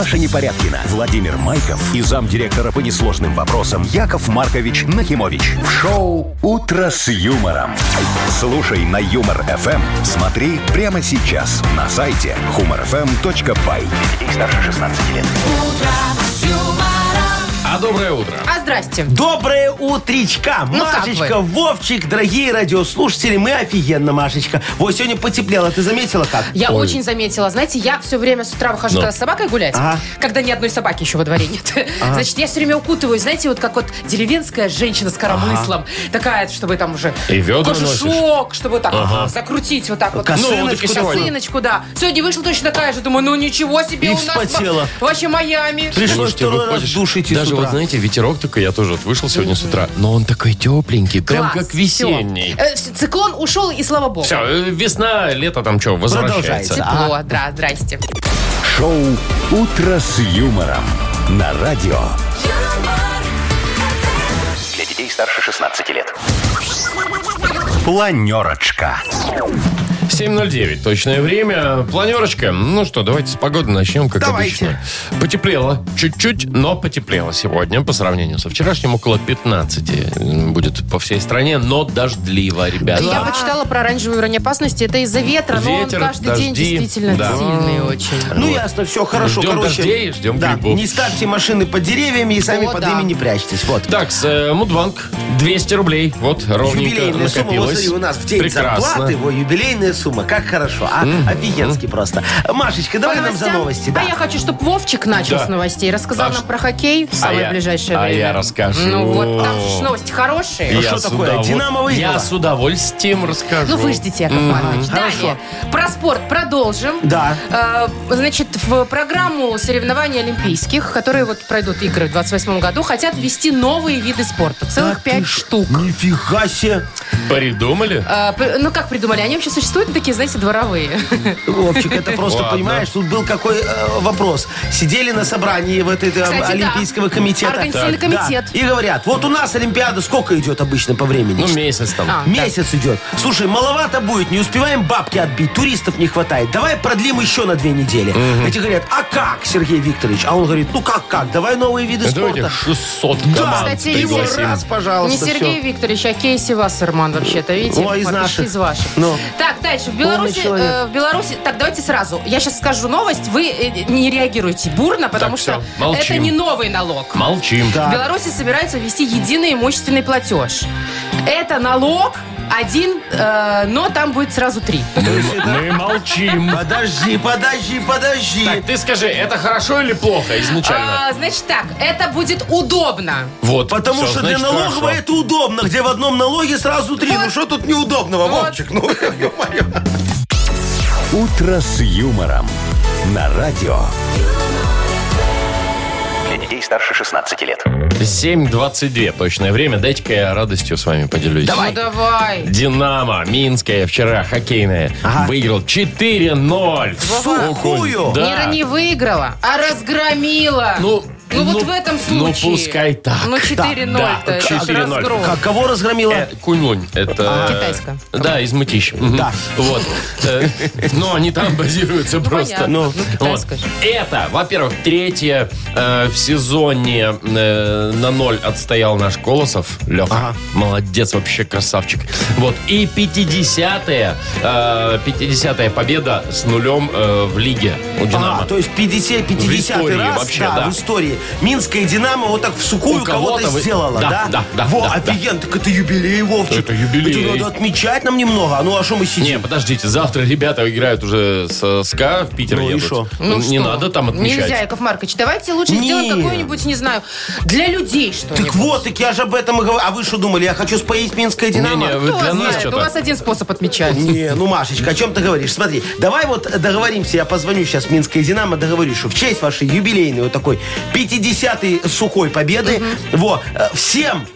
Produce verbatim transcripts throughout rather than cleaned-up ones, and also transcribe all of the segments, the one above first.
Маша Непорядкина, Владимир Майков и замдиректора по несложным вопросам Яков Маркович Нахимович. В шоу «Утро с юмором». Слушай на Юмор-ФМ. Смотри прямо сейчас на сайте humor f m точка by. Для детей старше шестнадцати лет. А доброе утро. А здрасте. Доброе утречка, Ну, как Машечка, вы? Вовчик, дорогие радиослушатели, мы офигенно, Машечка. Вот сегодня потеплело, ты заметила как? Я Ой. очень заметила. Знаете, я все время с утра выхожу Ну. когда с собакой гулять, Ага. когда ни одной собаки еще во дворе нет. Значит, я все время укутываюсь, знаете, вот как вот деревенская женщина с коромыслом. Такая, чтобы там уже И ведра кожушок, чтобы так закрутить вот так вот. Косыночку Ну, так и такую. сегодня. Косыночку, да. Сегодня вышла точно такая же. Думаю, ну ничего себе И у нас вспотела. ва- вообще Майами. Пришлось Слушайте, второй раз выходишь, в душ идти с даже утра. вот, знаете, ветерок такой, я тоже вот вышел сегодня с утра, но он такой тепленький, прям Класс, как весенний. всё. Э, с- Циклон ушел, и слава богу. Все, весна, лето там что, возвращается. Продолжается. Тепло, да, здрасте. Шоу «Утро с юмором» на радио. Для детей старше шестнадцати лет. Планерочка. семь ноль девять, точное время. Планерочка. Ну что, давайте с погоды начнем, как Давайте. обычно. Потеплело. Чуть-чуть, но потеплело сегодня по сравнению со вчерашним. Около пятнадцати будет по всей стране, но дождливо, ребята. Я почитала про оранжевый уровень опасности. Это из-за ветра, но он Ветер, каждый день дожди, действительно да. сильный очень. Ну, Вот. ясно, все хорошо. Ждем короче, дождей, ждем да, грибов. не ставьте машины под деревьями и сами О, под да. ими не прячьтесь. Вот. Так, с э, Мудбанк двести рублей. Вот, ровненько Юбилейная сумма, вот накопилось. смотри, у нас в день Прекрасно. зарплаты, его юбилейная сумма, как хорошо, а? Офигенски просто. Машечка, давай По нам за новостям? новости, да. А я хочу, чтобы Вовчик начал Да. с новостей. Рассказал А нам ш- про хоккей в самое я- ближайшее а время. я расскажу. Ну вот, там же новости хорошие. Ну, Я что с такое? удоволь- «Динамо» выиграла? Я с удовольствием расскажу. Ну вы ждите, Яков Маркович. Далее. Про спорт продолжим. Да. Э, Значит, в программу соревнований олимпийских, которые вот пройдут игры в двадцать восьмом году, хотят ввести новые виды спорта. Целых Да пять ты ж- штук. Нифига себе. Придумали? Э, п- Ну, как придумали? Они вообще существуют такие, знаете, дворовые. Вовчик, это просто, Ладно. понимаешь, тут был какой э, вопрос. Сидели на собрании в этой э, Кстати, да. Олимпийского комитета. Организационный Так. комитет. Да. И говорят, вот у нас Олимпиада сколько идет обычно по времени? Ну, месяц там. А. Месяц идет. Слушай, маловато будет, не успеваем бабки отбить, туристов не хватает. Давай продлим еще на две недели. Эти говорят, а как, Сергей Викторович? А он говорит, ну как, как, давай новые виды Давайте спорта. шестьсот Да, команд Кстати, его пригласим. раз, Не пожалуйста, Сергей всё. Викторович, а Кейси Вассерман вообще-то, видите? О, из Фактически наших. из ваших. Ну. Так, дальше. В Беларуси, человек. э, в Беларуси... Так, давайте сразу. Я сейчас скажу новость. Вы э, не реагируйте бурно, потому Так, что всё, молчим. это не новый налог. Молчим. Да. В Беларуси собираются ввести единый имущественный платеж. Это налог один, э, но там будет сразу три. Мы молчим. Подожди, подожди, подожди. Так, ты скажи, это хорошо или плохо изначально? А, значит так, это будет удобно. Вот. Потому всё, что для значит, налоговой хорошо. это удобно, где в одном налоге сразу три. Вот. Ну что тут неудобного, Вот. Вовчик? Ну, ё-моё. «Утро с юмором» на радио. Для детей старше шестнадцати лет. семь двадцать два точное время. Дайте-ка я радостью с вами поделюсь. Ну давай. Динамо, Минская, вчера хоккейная, Ага. выиграл четыре ноль. Сухую? Да. Не, не выиграла, а разгромила. Ну, Ну, вот ну, в этом ну, случае. пускай так. Ну четыре ноль Да, это четыре ноль. разгром. Как, кого разгромила? Э, Кунь-Лунь. Это... Китайская. Да, из Мытищ. Мгм. Да. Вот. Э, Но они там базируются просто. понятно. Ну, Ну, Вот. китайская же. Это, во-первых, третье э, в сезоне э, на ноль отстоял наш Колосов. Леха. Ага. Молодец, вообще красавчик. Вот. И пятидесятая, э, пятидесятая победа с нулем э, в лиге у Динамо. А, то есть пятьдесят, пятидесятый истории раз вообще, да, да. в истории. Минская «Динамо» вот так в сухую У кого-то кого-то вы- сделала, Да, да? да, да, Во, да, да. офигенно, так это юбилей, Вовчик. Это юбилей. Это надо отмечать нам немного. А ну, а что мы сидим? Не, подождите, завтра ребята играют уже с СКА в Питер Ну и едут. шо? Ну Не что? надо там отмечать. Нельзя, Яков Маркович. Давайте лучше Не. сделаем какую-нибудь, не знаю, для людей что-нибудь. Так вот, так я же об этом и говорю. А вы что думали, я хочу споить Минское «Динамо»? Не-не, вы Кто для нас знает, что-то. у вас один способ отмечать. Не, ну, Машечка, о чем ты говоришь? Смотри, давай вот договоримся, я позвоню сейчас в Минское «Динамо», договорюсь, что в честь вашей юбилейной вот такой пятидесятой сухой победы, во, э, всем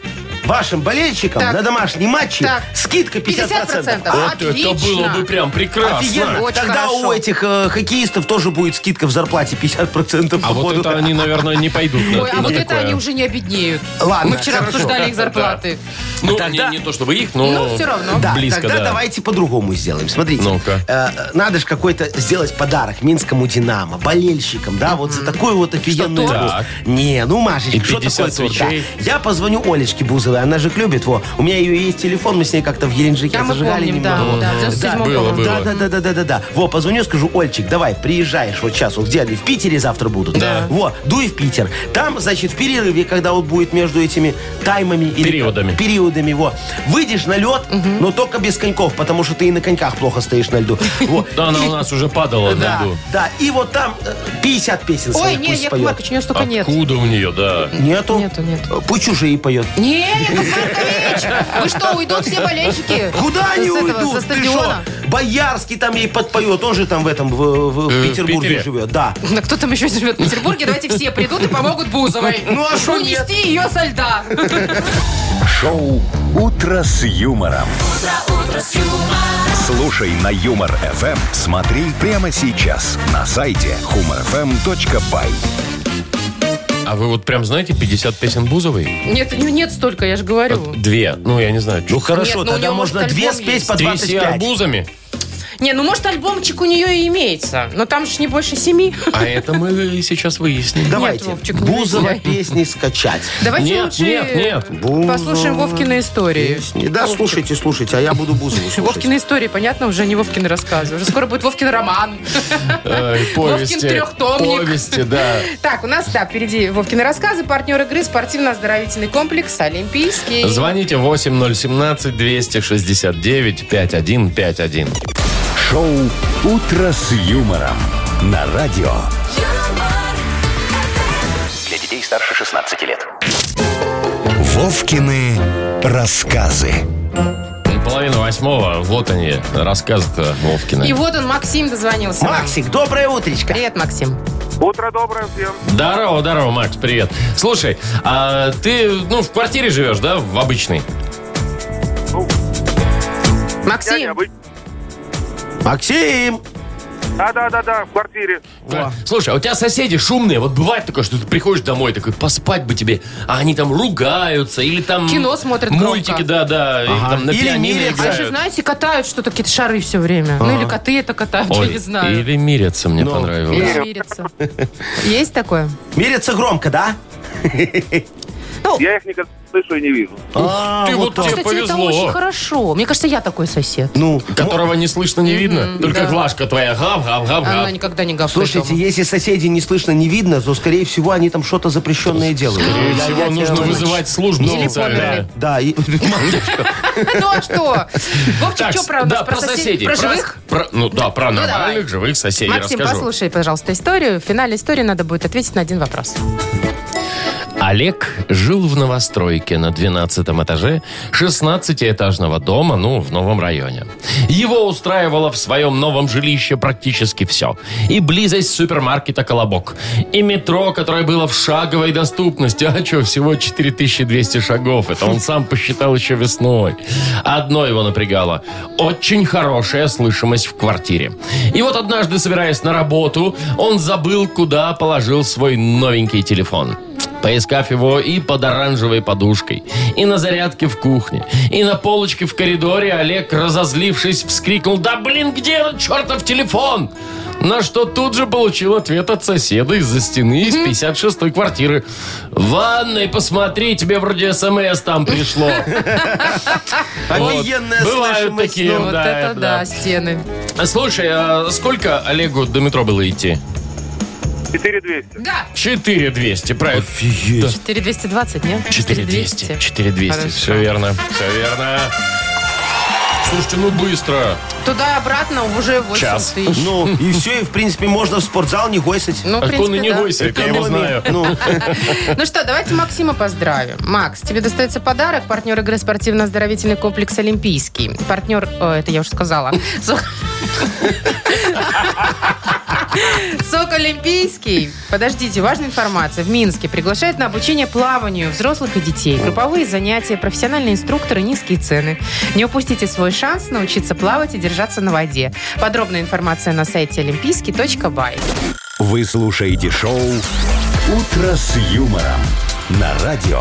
вашим болельщикам Так. на домашние матчи Так. скидка пятьдесят процентов. пятьдесят процентов. Вот Отлично. это было бы прям прекрасно. Офигенно. Очень Тогда хорошо. у этих э, хоккеистов тоже будет скидка в зарплате пятьдесят процентов. А вот это они, наверное, не пойдут на, Ой, а на вот это такое. они уже не обеднеют. Ладно, Мы вчера хорошо. обсуждали их зарплаты. Ну, Тогда- не, не то чтобы их, но Ну, всё равно. Да, близко, тогда да. давайте по-другому сделаем. Смотрите, Ну-ка. э, надо же какой-то сделать подарок Минскому «Динамо», болельщикам, да, вот за такую вот офигенную торт? игру. Так. Не, ну, И Машечка, что такое пятьдесят торт? Да. свечей. Я позвоню Олечке Бузовой, она же их любит, во. У меня ее есть телефон, мы с ней как-то в Геленджике Да, мы зажигали помним, да, немного. да, в девяносто седьмом, было, по-моему. было. Да, да, да, да, да, да, да. Во, позвоню, скажу: Ольчик, давай, приезжаешь вот сейчас, вот где они, в Питере завтра будут. Да. Во, дуй в Питер. Там, значит, в перерыве, когда вот будет между этими таймами или Периодами. периодами, во, выйдешь на лед, но только без коньков, потому что ты и на коньках плохо стоишь на льду. Во. Да, она И- у нас уже падала на Да, льду. да, и вот там э, пятьдесят песен Ой, своих не, пусть Яков споет. Маркович, у нее столько нет. Откуда у нее, да. Нету? Нету, нету. Э, Пусть чужие поет. Не, Яков Маркович, вы что, уйдут все болельщики? Куда они с этого, уйдут? Со Ты что? стадиона? Боярский там ей подпоет. Он же там в этом, в, в- в Э, в Петербурге Питере. живет. Да. Да кто там еще живет в Петербурге? Давайте все придут и помогут Бузовой. Ну, а шо нет? Унести ее со льда. Шоу «Утро с юмором». Слушай на Юмор эф эм. Смотри прямо сейчас на сайте humor f m точка by. А вы вот прям знаете пятьдесят песен Бузовой? Нет, у нее нет столько, я же говорю. Две. Ну, я не знаю. Ну чуть- хорошо, Нет, ну, у тогда него, может, можно две альбом спеть есть. по Три двадцать с пять. арбузами. Не, ну может альбомчик у нее и имеется, но там же не больше семи. А это мы сейчас выясним. Давайте. Вовчик, не Бузова выясняй. песни скачать. Давайте Нет, лучше нет, нет. послушаем Вовкины истории. Песни. Да, слушайте, слушайте, а я буду Бузову слушать. Вовкины истории, понятно, уже не Вовкины рассказы. Уже скоро будет Вовкин роман. Ой, повести. Вовкин трехтомник. Повести, да. Так, у нас, да, впереди Вовкины рассказы. Партнер игры спортивно-оздоровительный комплекс «Олимпийский». Звоните восемь ноль семнадцать двести шестьдесят девять пятьдесят один пятьдесят один. Шоу «Утро с юмором» на радио. Для детей старше шестнадцати лет. Вовкины рассказы. Половина восьмого. Вот они, рассказы-то Вовкины. И вот он, Максим, дозвонился. нам. Максик, доброе утречко. Привет, Максим. Утро доброе всем. Здорово, здорово, Макс, привет. Слушай, а ты, ну, в квартире живешь, да, в обычной? Я не Максим, обычно. Максим! Да-да-да-да, в квартире. Да. Слушай, а у тебя соседи шумные? Вот бывает такое, что ты приходишь домой, такой, поспать бы тебе, а они там ругаются, или там... Кино смотрят Мультики, громко. да-да, или Ага. там на Или пианино мирятся. а еще, играют. знаете, катают что-то, какие-то шары все время. Ну, или коты это катают, я Ой, не знаю. или мирятся мне Ну. понравилось. Или мирятся. Есть такое? Мерится громко, да? Я их никогда не слышу и не вижу. А, Ты вот так. тебе Кстати, это повезло. очень хорошо. Мне кажется, я такой сосед. Ну, Которого не слышно, не видно. Только да. глажка твоя гав, гав, гав, Она гав. никогда не гавкает слушайте, дома. если соседей не слышно, не видно, то, скорее всего, они там что-то запрещенное делают. Скорее Я- всего, я тебе нужно говорю. вызывать службу Или специальную. померли. Да, и... Ну а что? Вовчик, Так, что про нас? да, Про соседей? Про живых? про- ну да, про давай. нормальных живых соседей Максим, расскажу. послушай, пожалуйста, историю. В финале истории надо будет ответить на один вопрос. Олег жил в новостройке на двенадцатом этаже шестнадцатиэтажного дома, ну, в новом районе. Его устраивало в своем новом жилище практически все. И близость супермаркета «Колобок», и метро, которое было в шаговой доступности. А что, всего четыре тысячи двести шагов. Это он сам посчитал еще весной. Одно его напрягало. Очень хорошая слышимость в квартире. И вот однажды, собираясь на работу, он забыл, куда положил свой новенький телефон. Поискав его и под оранжевой подушкой, и на зарядке в кухне, и на полочке в коридоре, Олег, разозлившись, вскрикнул: «Да блин, где этот чертов телефон?» На что тут же получил ответ от соседа из-за стены из пятьдесят шестой квартиры. «В ванной посмотри, тебе вроде СМС там пришло». Офигенная Бывают слышимость. такие. Ну, вот да, это это да, да. стены. Слушай, а сколько Олегу до метро было идти? четыре двести. Да, четыре двести, правильно? Офигеть. четыре двести двадцать, нет? четыре двести. четыре двести, Хорошо. все верно, все верно. Слушайте, ну быстро. Туда-обратно уже восемь Час. тысяч. Ну, и все, и в принципе можно в спортзал не гойсать. Ну, в А он и принципе, не да. бойся, это я его знаю. Ну, Ну что, давайте Максима поздравим. Макс, тебе достается подарок. Партнер игры спортивно-оздоровительный комплекс «Олимпийский». Партнер... о, это я уже сказала. Со- СОК «Олимпийский». Подождите, важная информация. В Минске приглашает на обучение плаванию взрослых и детей. Групповые занятия, профессиональные инструкторы, низкие цены. Не упустите свой шанс научиться плавать и держаться на воде. Подробная информация на сайте олимпийский точка бай. Вы слушаете шоу «Утро с юмором» на радио.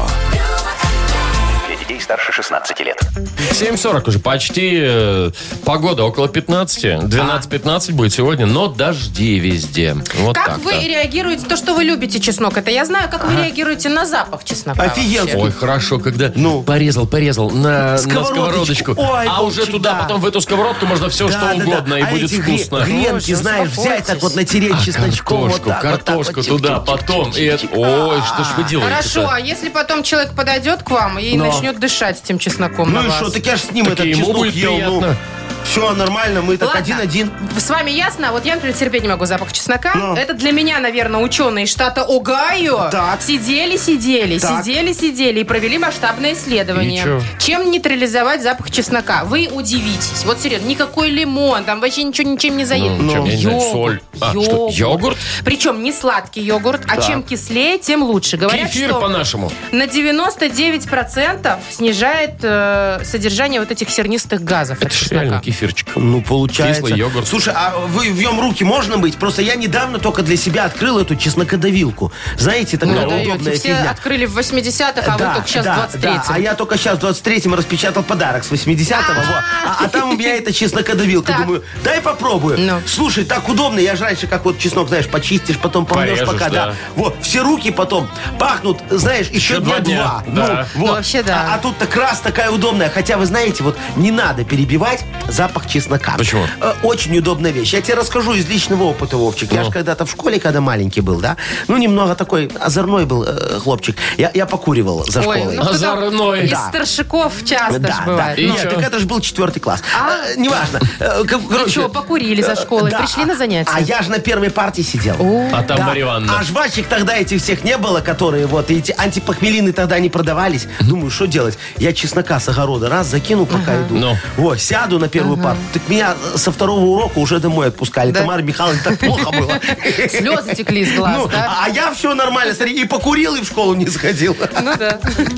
Для детей старше шестнадцати лет. семь сорок уже почти. э, Погода около пятнадцати. двенадцать-пятнадцать будет сегодня, но дожди везде. Вот Как так-то. вы реагируете, то, что вы любите чеснок, это я знаю, как вы реагируете на запах чеснока? Офигенно. вообще? Ой, хорошо, когда Ну. порезал, порезал на, на Сковородочку. сковородочку. Ой, а уже Вовчик, туда, да. потом в эту сковородку можно все, Да, что да, да. угодно, и А будет эти гре- вкусно. гренки, Ой, знаешь, взять так вот натереть чесночком. Картошку, вот так, вот так картошку вот, туда, чик-чик-чик-чик-чик. потом. И это, ой, что ж вы делаете? Хорошо, а если потом человек подойдет к вам и Но. начнет дышать этим чесноком Ну на и вас? что, так я ж с ним Так этот и ему чеснок будет ел. приятно. Все нормально, мы так Ладно. один-один. С вами ясно? Вот я, например, терпеть не могу запах чеснока. Ну. Это для меня, наверное, ученые штата Огайо Так. сидели-сидели, Так. сидели-сидели и провели масштабное исследование. И чё? Чем нейтрализовать запах чеснока? Вы удивитесь. Вот серьезно, никакой лимон, там вообще ничего ничем не заедет. Ну, чем, я не знаю, соль. А, что, йогурт? Причем не сладкий йогурт, а Так. чем кислее, тем лучше. Говорят, Кефир что по-нашему. на девяносто девять процентов снижает э, содержание вот этих сернистых газов Это от ж чеснока. реально кефирчик. Ну, получается. Кислый йогурт. Слушай, а вы вьем руки можно быть? Просто я недавно только для себя открыл эту чеснокодавилку. Знаете, такая Ну, даете. удобная Все фигня. открыли в восьмидесятых, а вы только сейчас в двадцать третьем. да. А я только сейчас в двадцать третьем распечатал подарок с восьмидесятого. во. А, а там у меня эта чеснокодавилка. Так. Думаю, дай попробую. Ну. Слушай, так удобно. Я же раньше, как вот чеснок, знаешь, почистишь, потом помнешь Порежешь, пока, да. да. Вот, все руки потом пахнут, знаешь, еще, Еще дня два дня, два. да. Ну, вот. Ну, вообще, да. А, а тут так раз такая удобная. Хотя, вы знаете, вот не надо перебивать запах чеснока. Почему? Э, Очень удобная вещь. Я тебе расскажу из личного опыта, Вовчик. Я Ну. же когда-то в школе, когда маленький был, да, ну, немного такой озорной был э, хлопчик. Я, я покуривал за Ой, школой. ну кто там Озорной. из Да. старшиков часто Да, ж да. бывает. И Ну, Нет, чё? так это же был четвертый класс. А? Э, Неважно. Э, как- короче, чё, покурили за школой, э, пришли на занятия? А я же на первой партии сидел. А там Да. Марья Ивановна. А жвачек тогда этих всех не было, которые вот, и эти антипохмелины тогда не продавались. Думаю, что делать? Я чеснока с огорода раз закину, пока иду. Ну. Вот, сяду на первую парту. Так меня со второго урока уже домой отпускали. Да. Тамара Михайловна, так плохо было. Слезы текли из глаз, Ну, да? а я все нормально, смотри, и покурил, и в школу не сходил. Ну да.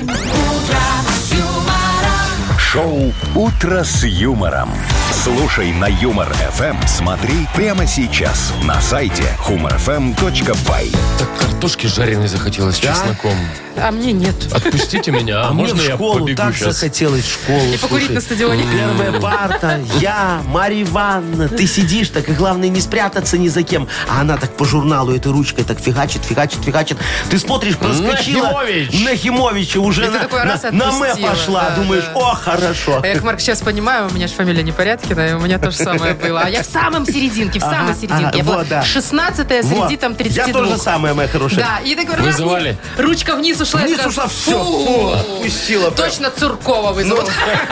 Шоу «Утро с юмором». Слушай на Юмор эф эм. Смотри прямо сейчас на сайте humor эф эм точка бай. Так картошки жареной захотелось с Да? чесноком. А мне нет. Отпустите меня, а, А мне можно в я школу побегу так сейчас? захотелось в школу. И покурить слушай. на стадионе. Первая парта, я, Марья Ивановна, ты сидишь так, и главное не спрятаться ни за кем. А она так по журналу этой ручкой так фигачит, фигачит, фигачит. Ты смотришь, проскочила Нахимович! Нахимовича, уже И ты на, такой раз на, на мэ отпустила. пошла. Да, Думаешь, да. о, хорошо. А я, Марк, сейчас понимаю, у меня же фамилия Непорядкина, и у меня то же самое было. А я в самом серединке, в Ага, самой серединке. ага, Я была вот, да. шестнадцатая среди Вот. там тридцати Я двух. тоже самое, моя хорошая. Да, и такой раз, Вызывали? ручка вниз ушла. я Вниз такая, ушла, все, фу. отпустила. прям. Точно Цуркова вызовут.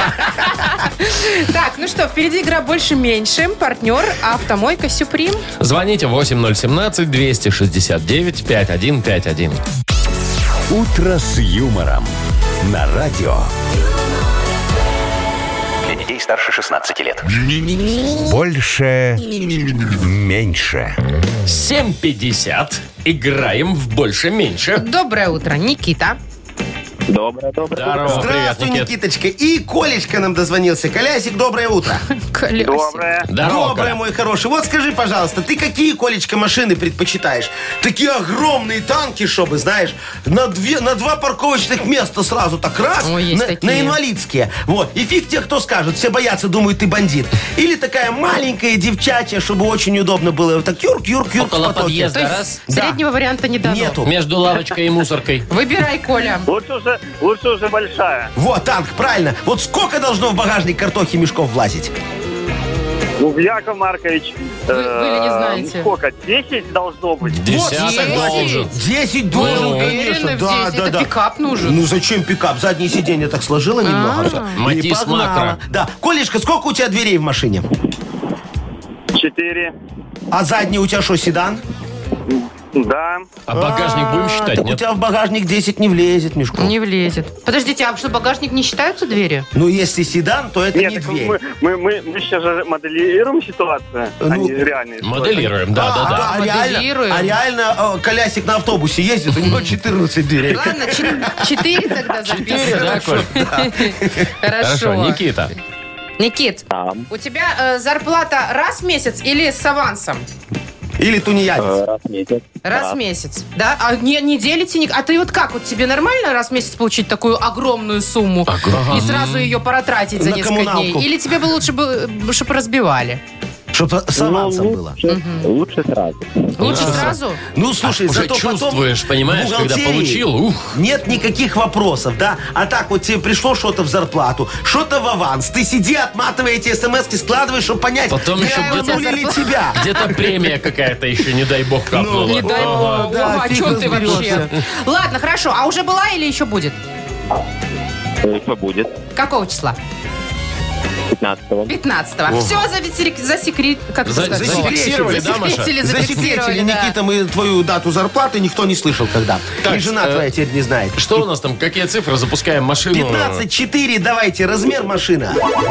Так, ну что, впереди игра «Больше-меньше». Партнер «Автомойка Сюприм». Звоните восемь ноль семнадцать двести шестьдесят девять пятьдесят один пятьдесят один. «Утро с юмором» на радио. Для детей старше шестнадцати лет. Больше. Меньше. семь пятьдесят. Играем в больше-меньше. Доброе утро, Никита. Доброе, доброе. Здорово, привет, Здравствуй, Никит. Никиточка. И Колечка нам дозвонился. Колясик, доброе утро. Колесик. Доброе. Здорово, Доброе, Коля. мой хороший. Вот скажи, пожалуйста, ты какие, Колечка, машины предпочитаешь? Такие огромные танки, чтобы, знаешь, на, две, на два парковочных места сразу так раз, Ой, есть на, такие. на инвалидские. Вот. И фиг тех, кто скажет. Все боятся, думают, ты бандит. Или такая маленькая девчачья, чтобы очень удобно было. Так юрк, юрк, юрк Около в потоке. подъезда. То есть Раз. Да. среднего варианта не дано. Нету. Между лавочкой и мусоркой. Выбирай, Коля. Лучше уже, лучше уже большая. Вот, танк, правильно. Вот сколько должно в багажник картохи мешков влазить? Ну, Яков Маркович, Вы- вы ли не э, знаете? ну, сколько? десять должно быть. Десяток десять. должен. десять Вы должен, уверены конечно. в Да, десять? да, Это да. пикап нужен. Ну зачем пикап? Заднее сиденье так сложило немного. всё. И Матис погнала. Макро. Да. Колешка, сколько у тебя дверей в машине? Четыре. А задний у тебя что, седан? Да. А багажник будем считать, Так у нет? тебя в багажник десять не влезет, Мишко. Не влезет. Подождите, а что, багажник не считаются двери? Ну, если седан, то это Нет, не так дверь. мы, мы, мы, мы сейчас же моделируем ситуацию, а Ну, не реальные. Моделируем, да, а, да, да. а реально, Моделируем. а реально э, колясик на автобусе ездит, у него четырнадцать дверей. Ладно, чет- четыре тогда Четыре, да, записываем. Коль? Хорошо. Хорошо, Никита. Никит, Там. у тебя э, зарплата раз в месяц или с авансом? Или тунеядец. Раз в месяц. Раз в месяц, да? А не, не делите ник. А ты вот как? Вот тебе нормально раз в месяц получить такую огромную сумму и сразу ее протратить за На несколько дней? коммуналку. Или тебе бы лучше, бы, чтобы разбивали? Чтобы с авансом было. Лучше сразу. Лучше Да. сразу? Ну, слушай, Уже зато потом чувствуешь, понимаешь, в когда бухгалтерии получил, ух. нет никаких вопросов, да? А так вот тебе пришло что-то в зарплату, что-то в аванс. Ты сиди, отматывай эти смс-ки, складывай, чтобы понять, Потом не еще где-то- обманули ли тебя. Где-то премия какая-то еще, не дай бог, капнула. Не дай бог. да, Ого, а фиг что ты разберешься. вообще? Ладно, хорошо. А уже была или еще будет? Что будет? Какого числа? пятнадцатого. пятнадцатого. Все засекрет... Как это За- сказать? зафиксировали, да, Маша? Засекретили, Засекретили, зафиксировали, да. Никита, мы твою дату зарплаты никто не слышал когда. Так, И жена э, твоя теперь не знает. Что у нас там? Какие цифры? Запускаем машину. пятнадцать четыре, давайте, размер машина.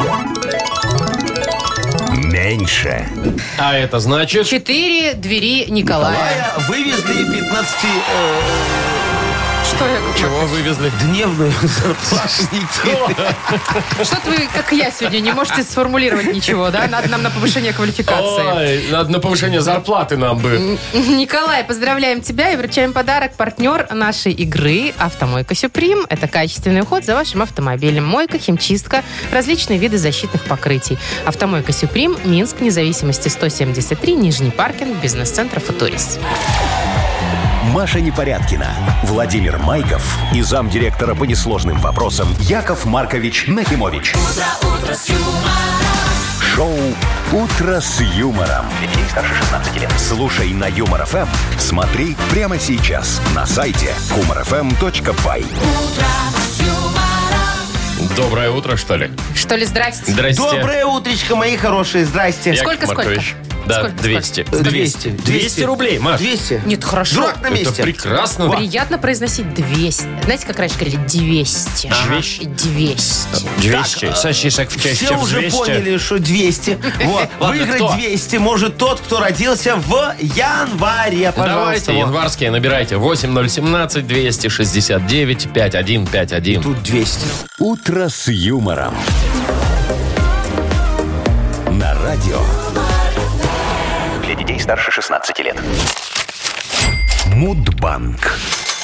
Меньше. А это значит... Четыре двери Николая. Николая вывезли пятнадцати Что я говорю? Чего вывезли? дневную зарплату Никиты. Что-то вы, как я сегодня, не можете сформулировать ничего, да? Надо нам на повышение квалификации. Ой, надо на повышение зарплаты нам бы. Николай, поздравляем тебя и вручаем подарок. Партнер нашей игры «Автомойка Сюприм». Это качественный уход за вашим автомобилем. Мойка, химчистка, различные виды защитных покрытий. «Автомойка Сюприм», Минск, независимости сто семьдесят три, Нижний паркинг, бизнес-центр «Футурист». Маша Непорядкина, Владимир Майков и замдиректора по несложным вопросам Яков Маркович Нахимович. Шоу «Утро с юмором». Для детей старше шестнадцати лет. Слушай на Юмор ФМ. Смотри прямо сейчас на сайте humor f m точка by. Доброе утро, что ли? Что ли, здрасте. Здрасте. Доброе утречко, мои хорошие, здрасте. Яков Сколько, сколько? Маркович. Да, Сколько, двести. сколько? двести. двести рублей, Маш. двести. Нет, хорошо. Дурак на Это месте. прекрасно. Приятно произносить двести. Знаете, как раньше говорили? двести. Двести. двести. двести. Сосисок в чаще Все уже поняли, что двести. Вот. Ладно, Выиграть кто? двести может тот, кто родился в январе. Пожалуйста. Давайте, вот. январские, набирайте. восемь ноль семнадцать двести шестьдесят девять пятьдесят один пятьдесят один. Тут двести. «Утро с юмором». На радио. Для детей старше шестнадцати лет. Мудбанк.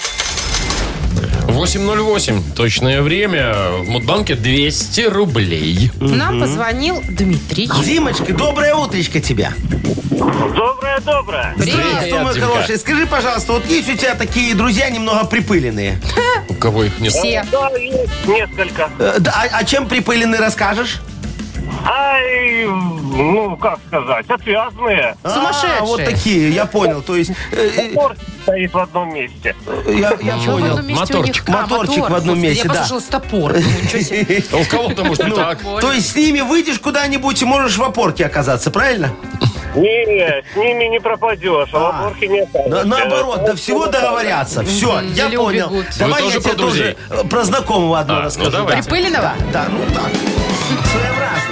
восемь ноль восемь. Точное время. В Мудбанке двести рублей. Нам позвонил Дмитрий. Димочка, доброе утречко тебе. Доброе-доброе. Привет. Что, мой Димка. хороший, скажи, пожалуйста, вот есть у тебя такие друзья немного припыленные? У кого их нет? Все. Да, есть несколько. Э, да, а, а чем припылены, расскажешь? Ай, ну, как сказать, отвязные. Сумасшедшие. А, вот такие, я понял. То есть, э, э, Мотор стоит в одном месте. я, я Чего в понял. одном месте Моторчик. у них? А, Моторчик мотор. в одном Господи, месте, я да. послушала стопор. Думаю, ничего себе. У кого-то, может, и так. То есть с ними выйдешь куда-нибудь и можешь в опорке оказаться, правильно? Не, с ними не пропадешь, а в опорке не На- окажешься. наоборот, до всего договорятся. Все, Мгм, я или понял. убегут. Давай Вы я тоже тебе про друзей? тоже э, про знакомого одного А, расскажу. ну давайте. Да. Припыленного? Да, ну так. Своеобразно.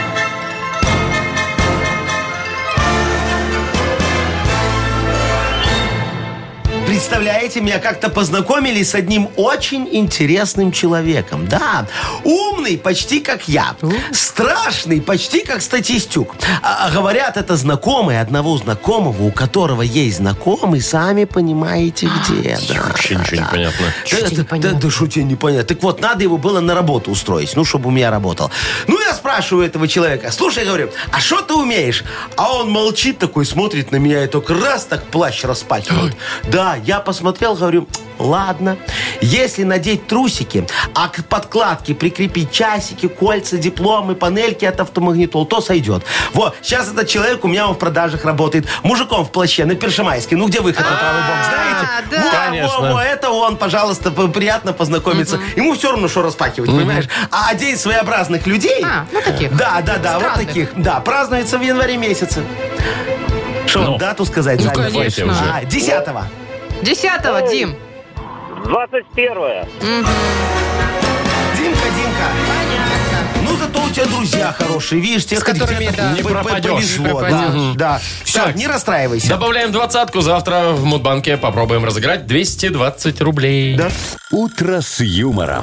Представляете, меня как-то познакомили с одним очень интересным человеком. Да, умный, почти как я. Страшный, почти как статистюк. А, а говорят, это знакомый одного знакомого, у которого есть знакомый, сами понимаете где. Да, Вообще ничего не да. понятно. Что тебе Да, непонятно? да, да что тебе непонятно? Так вот, надо его было на работу устроить, ну, чтобы у меня работал. Ну, я спрашиваю этого человека, слушай, я говорю, а что ты умеешь? А он молчит такой, смотрит на меня и только раз так плащ распахивает. Да, я посмотрел, говорю, ладно, если надеть трусики, а к подкладке прикрепить часики, кольца, дипломы, панельки от автомагнитол, то сойдет. Вот, сейчас этот человек у меня в продажах работает. Мужиком в плаще на Першемайске. Ну, где выход на правый бок, знаете? да. Во, Конечно. во, во, это он, пожалуйста, п- приятно познакомиться. Ему все равно, что распакивать, понимаешь? А день своеобразных людей... А, ну таких. Да, да, да, вот Странных. таких. Да, празднуется в январе месяце. Что, Ну. дату сказать? Ну, заранее? конечно. Давайте уже. А, десятого. Десятого, Дим. двадцать первое. Димка, Димка. Ну, зато у тебя друзья хорошие, видишь, тебе С хоть которыми, где-то да. Не п- п- пропадешь. повезло, Не пропадешь. да, да. Все, Так. не расстраивайся. Добавляем двадцатку. Завтра в Мудбанке попробуем разыграть двести двадцать рублей. Да. «Утро с юмором».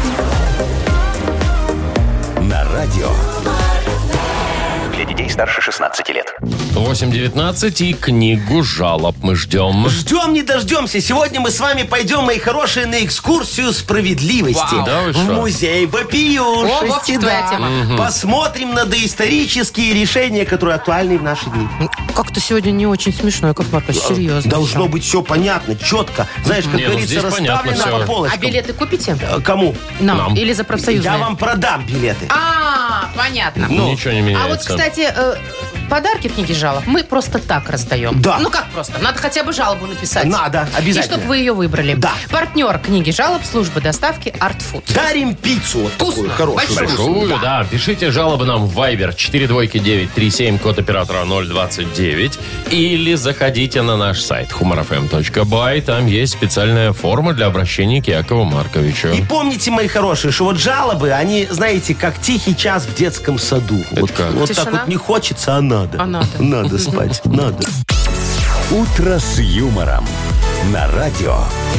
На радио. Для детей старше шестнадцати лет. восемь девятнадцать и книгу жалоб мы ждем. Ждем, не дождемся. Сегодня мы с вами пойдем, мои хорошие, на экскурсию справедливости. Вау. Да вы В что? музей вопиюшести. О, Вовчик, твоя да. тема. Посмотрим на доисторические решения, которые актуальны в наши дни. Как-то сегодня не очень смешно, Яков Маркович, серьезно. Должно всё. быть все понятно, четко. Знаешь, как Не, ну говорится, здесь понятно расставлено всё. по полочкам. А билеты купите? Э, Кому? Нам. Нам. Или за профсоюзные? Я вам продам билеты. А, понятно. Ничего не меняется. А вот, кстати, э, подарки в книге жалоб мы просто так раздаем. Да. Ну как просто? Надо хотя бы жалобу написать. Надо, И обязательно. чтобы вы ее выбрали. Да. Партнер книги жалоб службы доставки Art Food. Дарим пиццу вот такую Вкусно, хорошую. большую. Большую, да. Пишите жалобы нам в Viber четыре двойки девять три семь, код оператора ноль двадцать девять. Или заходите на наш сайт humor эф эм точка бай. Там есть специальная форма для обращения к Якову Марковичу. И помните, мои хорошие, что вот жалобы, они, знаете, как тихий час в детском саду. Вот, как? вот так Тишина? вот не хочется, а надо. А надо. Надо спать, надо. «Утро с юмором». На радио.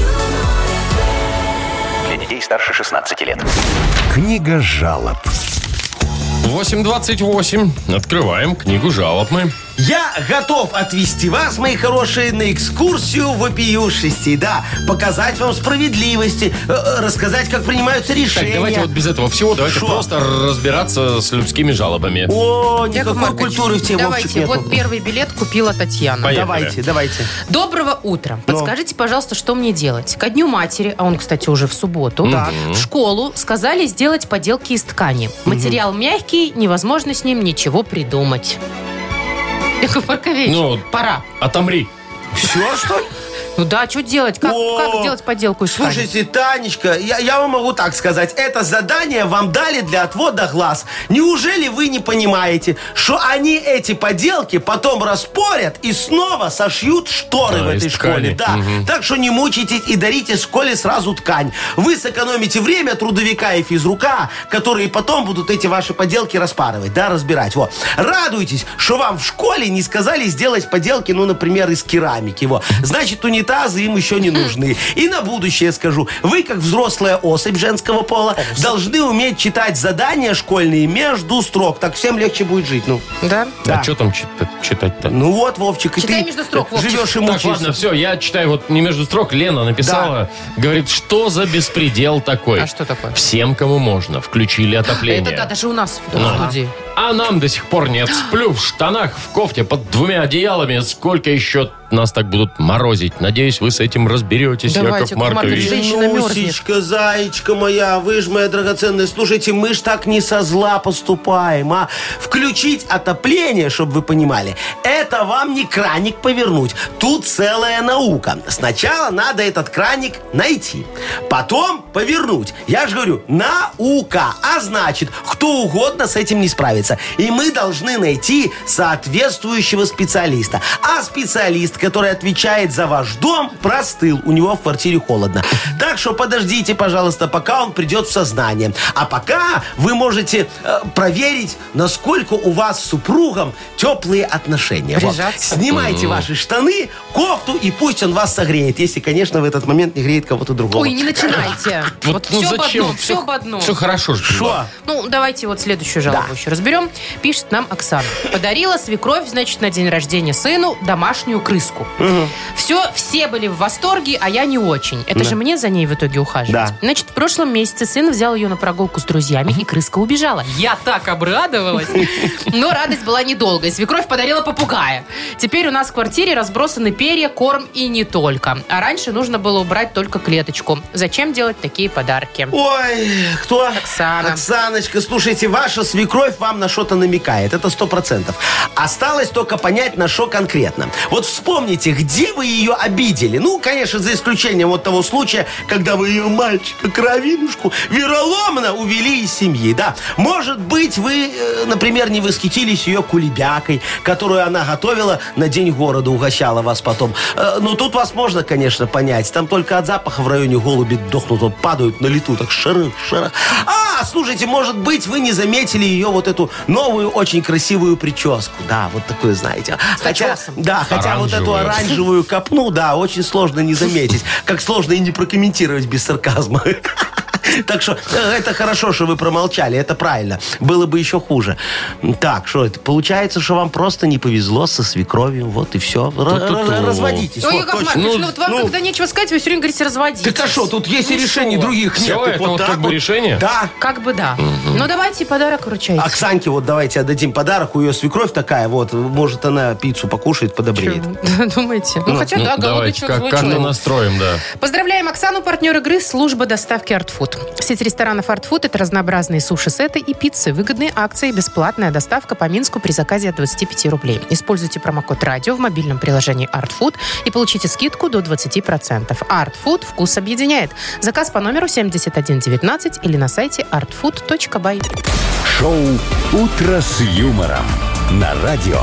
Для детей старше шестнадцати лет. Книга жалоб. восемь двадцать восемь. Открываем книгу жалоб мы. Я готов отвезти вас, мои хорошие, на экскурсию вопиюшести. Да, показать вам справедливости, э, э, рассказать, как принимаются решения. Так, давайте вот без этого всего, давайте Шо? просто разбираться с людскими жалобами. О, Яков никакой Маркович, культуры в тебе, Вовчик, давайте, нету. вот первый билет купила Татьяна. Поехали. Давайте, давайте. Доброго утра. Подскажите, пожалуйста, что мне делать? Ко Дню матери, а он, кстати, уже в субботу, Так. в школу сказали сделать поделки из ткани. Материал мягкий, невозможно с ним ничего придумать. Яков Маркович, Ну, пора. Отомри. Все, что ли? Ну да, что делать? Как, О, как сделать поделку из ткани? Слушайте, Танечка, я, я вам могу так сказать. Это задание вам дали для отвода глаз. Неужели вы не понимаете, что они эти поделки потом распорят и снова сошьют шторы А, в из этой ткани. школе? Да. Так что не мучайтесь и дарите школе сразу ткань. Вы сэкономите время трудовика и физрука, которые потом будут эти ваши поделки распарывать, да, разбирать. Вот. Радуйтесь, что вам в школе не сказали сделать поделки, ну, например, из керамики. Вот. Значит, унитазы им еще не нужны. И на будущее скажу. Вы, как взрослая особь женского пола, должны уметь читать задания школьные между строк. Так всем легче будет жить. Ну, Да? да. А что там читать- читать-то? Ну вот, Вовчик, и Читай ты между строк, Вовчик. живешь и Так, мучаешься. ладно, все, я читаю вот не между строк. Лена написала, говорит, что за беспредел такой? А что такое? Всем, кому можно, включили отопление. Это да, даже у нас в Ну. студии. А нам до сих пор нет. Сплю в штанах, в кофте, под двумя одеялами. Сколько еще нас так будут морозить? Надеюсь, вы с этим разберетесь, Давайте, Яков Яков Маркович, Маркович. женщина мерзнет. Нусечка, зайчка моя, вы ж моя драгоценная. Слушайте, мы ж так не со зла поступаем, а. Включить отопление, чтобы вы понимали, это вам не краник повернуть. Тут целая наука. Сначала надо этот краник найти, потом повернуть. Я же говорю, наука. А значит, кто угодно с этим не справится. И мы должны найти соответствующего специалиста. А специалист, который отвечает за ваш дом, простыл. У него в квартире холодно. Так что подождите, пожалуйста, пока он придет в сознание. А пока вы можете э, проверить, насколько у вас с супругом теплые отношения. Вот. Прижаться. Снимайте ваши штаны, кофту, и пусть он вас согреет. Если, конечно, в этот момент не греет кого-то другого. Ой, не начинайте. Вот ну все об зачем? одном, все об одном. Все хорошо же. Шо? Ну, давайте вот следующую жалобу Да. еще разберем. Пишет нам Оксана. Подарила свекровь, значит, на день рождения сыну домашнюю крыску. Все, все были в восторге, а я не очень. Это же мне за ней в итоге ухаживать. Да. Значит, в прошлом месяце сын взял ее на прогулку с друзьями, и крыска убежала. Я так обрадовалась. Но радость была недолгой. Свекровь подарила попугая. Теперь у нас в квартире разбросаны перья, корм и не только. А раньше нужно было убрать только клеточку. Зачем делать такие подарки? Ой, кто? Оксана. Оксаночка, слушайте, ваша свекровь вам на что-то намекает. Это сто процентов. Осталось только понять, на что конкретно. Вот вспомните, вспомните, где вы ее обидели. Ну, конечно, за исключением вот того случая, когда вы ее мальчика, кровинушку, вероломно увели из семьи, да. Может быть, вы, э, например, не восхитились ее кулебякой, которую она готовила на День города, угощала вас потом. Э, ну, тут вас можно, конечно, понять. Там только от запаха в районе голуби дохнут, вот падают на лету, так шарах, шарах. А, слушайте, может быть, вы не заметили ее вот эту новую, очень красивую прическу. Да, вот такую, знаете. Хотя, начесом. да, хотя вот эту Оранжевую. оранжевую копну, да, очень сложно не заметить. Как сложно и не прокомментировать без сарказма. Так что э, это хорошо, что вы промолчали, это правильно. Было бы еще хуже. Так, что это? Получается, что вам просто не повезло со свекровью. Вот и все. Ту-ту-ту. Разводитесь. Ой, Вот, Яков точно. Маркович, ну вот вам, ну. когда нечего сказать, вы все время говорите разводитесь. Так а что, тут есть и Ну решений что? других Всё, нет. Так это вот так как бы решение? Да. Как бы да. Ну давайте подарок вручайте. Оксанке вот давайте отдадим подарок. У ее свекровь такая вот. Может, она пиццу покушает, подобреет. Чё, думаете? Ну, хотя, Ну, да, голодный давайте, человек, как- злой как-то человек. настроим, да. Поздравляем Оксану, партнер игры «Служба доставки Art Food». Сеть ресторанов Art Food – это разнообразные суши-сеты и пиццы. Выгодные акции, бесплатная доставка по Минску при заказе от двадцати пяти рублей. Используйте промокод «Радио» в мобильном приложении Art Food и получите скидку до двадцати процентов. Art Food – вкус объединяет. Заказ по номеру семьдесят один девятнадцать или на сайте артфуд точка бай. Шоу «Утро с юмором» на радио.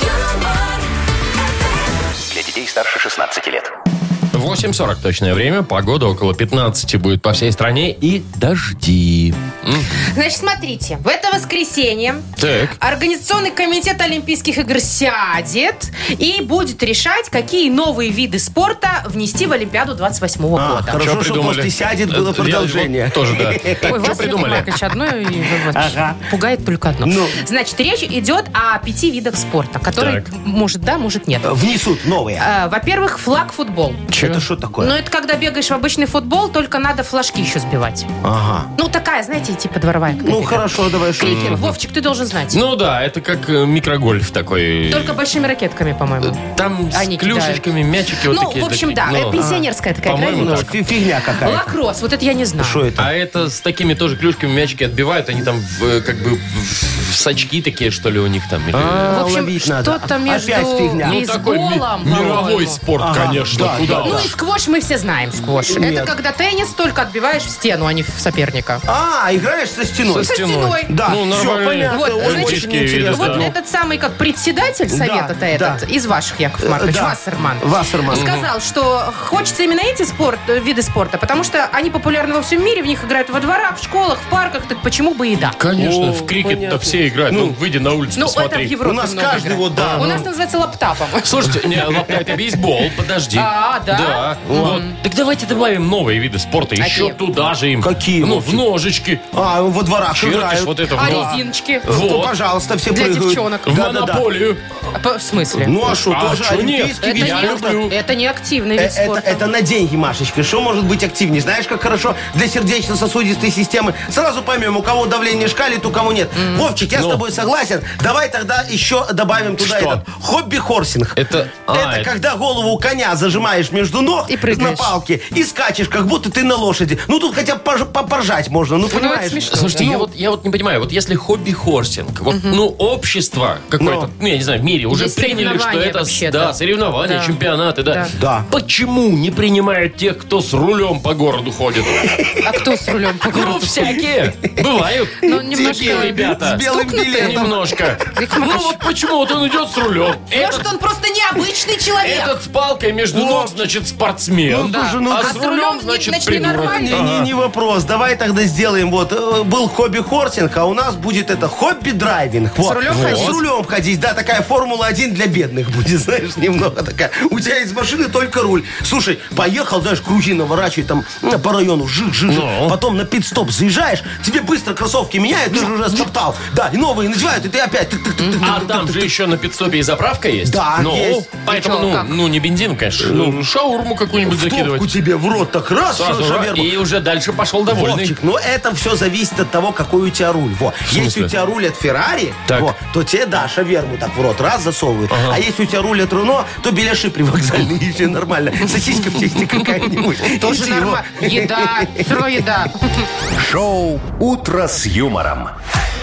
Для детей старше шестнадцати лет. восемь сорок точное время. Погода около пятнадцати будет по всей стране. И дожди. М. Значит, смотрите. В это воскресенье Так. Организационный комитет Олимпийских игр сядет и будет решать, какие новые виды спорта внести в Олимпиаду двадцать восьмого А, года. хорошо, Чё что придумали? после сядет было Э, я продолжение. вот тоже, да. Ой, Так, что вас, Яков придумали? Маркович, одно и вас Ага. пугает только одно. Ну. Значит, речь идет о пяти видах спорта, которые, Так. может, да, может, нет. Внесут новые. А, Во-первых, флаг-футбол. Это что такое? Ну, это когда бегаешь в обычный футбол, только надо флажки еще сбивать. Ага. Ну, такая, знаете, типа дворовая какая-то. Ну, хорошо, давай. что- Крикет. Вовчик, ты должен знать. Ну да, это как э, микрогольф такой. Только большими ракетками, по-моему. Там с Они клюшечками, мячики вот Ну, такие. в общем, такие. да, Ну. э, пенсионерская такая игра. По-моему, Ну, немножко. фи- фигня какая-то. Лакросс, вот это я не знаю. Что это? А это с такими тоже клюшками мячики отбивают, они там в, э, как бы в, в сачки такие, что ли, у них там. или- А, В общем, ловить надо. что-то между Опять фигня. Ну, такой ми- бейсболом, мировой по-моему. спорт, Ага, конечно. да, Куда да, Ну уж. и сквош мы все знаем, сквош. Нет. Это когда теннис только отбиваешь в стену, а не в соперника. А, играешь со стеной. Со стеной. Да, Ну, все нормальные. понятно. Вот, Ой, значит, очень интересно. Вот да. этот самый, как председатель совета-то Да, этот, да. из ваших, Яков Маркович, Да. Вассерман, Вассерман. сказал, что хочется именно эти спорт, э, виды спорта, потому что они популярны во всем мире, в них играют во дворах, в школах, в парках, так почему бы и да. Конечно, О, в крикет-то понятно. все играют. Ну, выйди на улицу, Ну, это в посмотри. Европе У нас много каждый играет. вот, да. У ну. нас это называется лаптапом. Слушайте, не, лапка, это бейсбол, подожди. А, да? Да. Вот. Так давайте добавим новые виды спорта. Еще Какие? туда же им. Какие, Ну, Вовчик? в ножички. А, во дворах Чертишь играют. вот это в А нож. резиночки? Ну, Вот. пожалуйста, все Для прыгают. девчонок. В Да-да-да. монополию. А по- В смысле? Ну а что, А тоже что нет? олимпийский это, вид я не, спорта. люблю. это не активный Э, вид Это, спорта. это на деньги, Машечка. Что может быть активнее? Знаешь, как хорошо для сердечно-сосудистой системы. Сразу поймем, у кого давление шкалит, у кого нет. Вовчик, я Ну. с тобой согласен. Давай тогда еще добавим туда Что? этот хобби-хорсинг. Это- а, это это- когда голову коня зажимаешь между ног И прыгаешь. на палке и скачешь, как будто ты на лошади. Ну тут хотя бы пож- попоржать можно, ну Ну, это понимаешь? смешно. Слушайте, да. я, вот, я вот не понимаю, вот если хобби-хорсинг, вот, ну, общество какое-то, Ну. ну, я не знаю, в мире уже Есть приняли, что соревнования это, вообще-то. да, соревнования, Да. чемпионаты, да. Да. Да. Почему не принимают тех, кто с рулем по городу ходит? А кто с рулем по Ну, городу? всякие. Бывают. Ну, немножко Такие ребята. С белым стукнутые. билетом. Немножко. Яков Ну, Маркович. вот почему вот он идет с рулем. Может, он просто необычный человек. Этот с палкой между ног, значит, спортсмен. Ну, слушай, ну, а а с с рулем, рулем, значит, значит, придурок. ненормальный. Не, не, не вопрос. Давай тогда сделаем. Вот, э, был хобби-хорсинг, а у нас будет это хобби-драйвинг. Вот. рулем Вот. ходить? С рулем ходить. Да, такая Формула один для бедных будет, знаешь, немного такая. У тебя из машины только руль. Слушай, поехал, знаешь, круги наворачивать там м, по району, жик-жик-жик. Ну. Потом на пит-стоп заезжаешь, тебе быстро кроссовки меняют, ты же уже стоптал. Да, и новые надевают, и ты опять... тык-тык-тык-тык. А там же еще на пидстопе и заправка есть? Да, ну, есть. Поэтому, И чё, ну, как? ну, не бензин, конечно. Ну, шаурму какую-нибудь В топку закидывать. тебе в рот так раз, Сразу, шаверму. и уже дальше пошел довольный. Вовчик, ну это все зависит от того, какой у тебя руль. Во. Если смысле? у тебя руль от Феррари, Так. во, то тебе, да, шаверму так в рот раз засовывают. А если у тебя руль от Руно, то беляши привокзальные, и все нормально. Сосиска в тесте какая-нибудь. Тоже И ты его- нормально. Еда. Все равно еда. Шоу «Утро с юмором».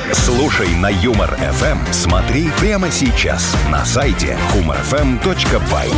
Слушай на Юмор эф эм, смотри прямо сейчас на сайте humor эф эм точка бай.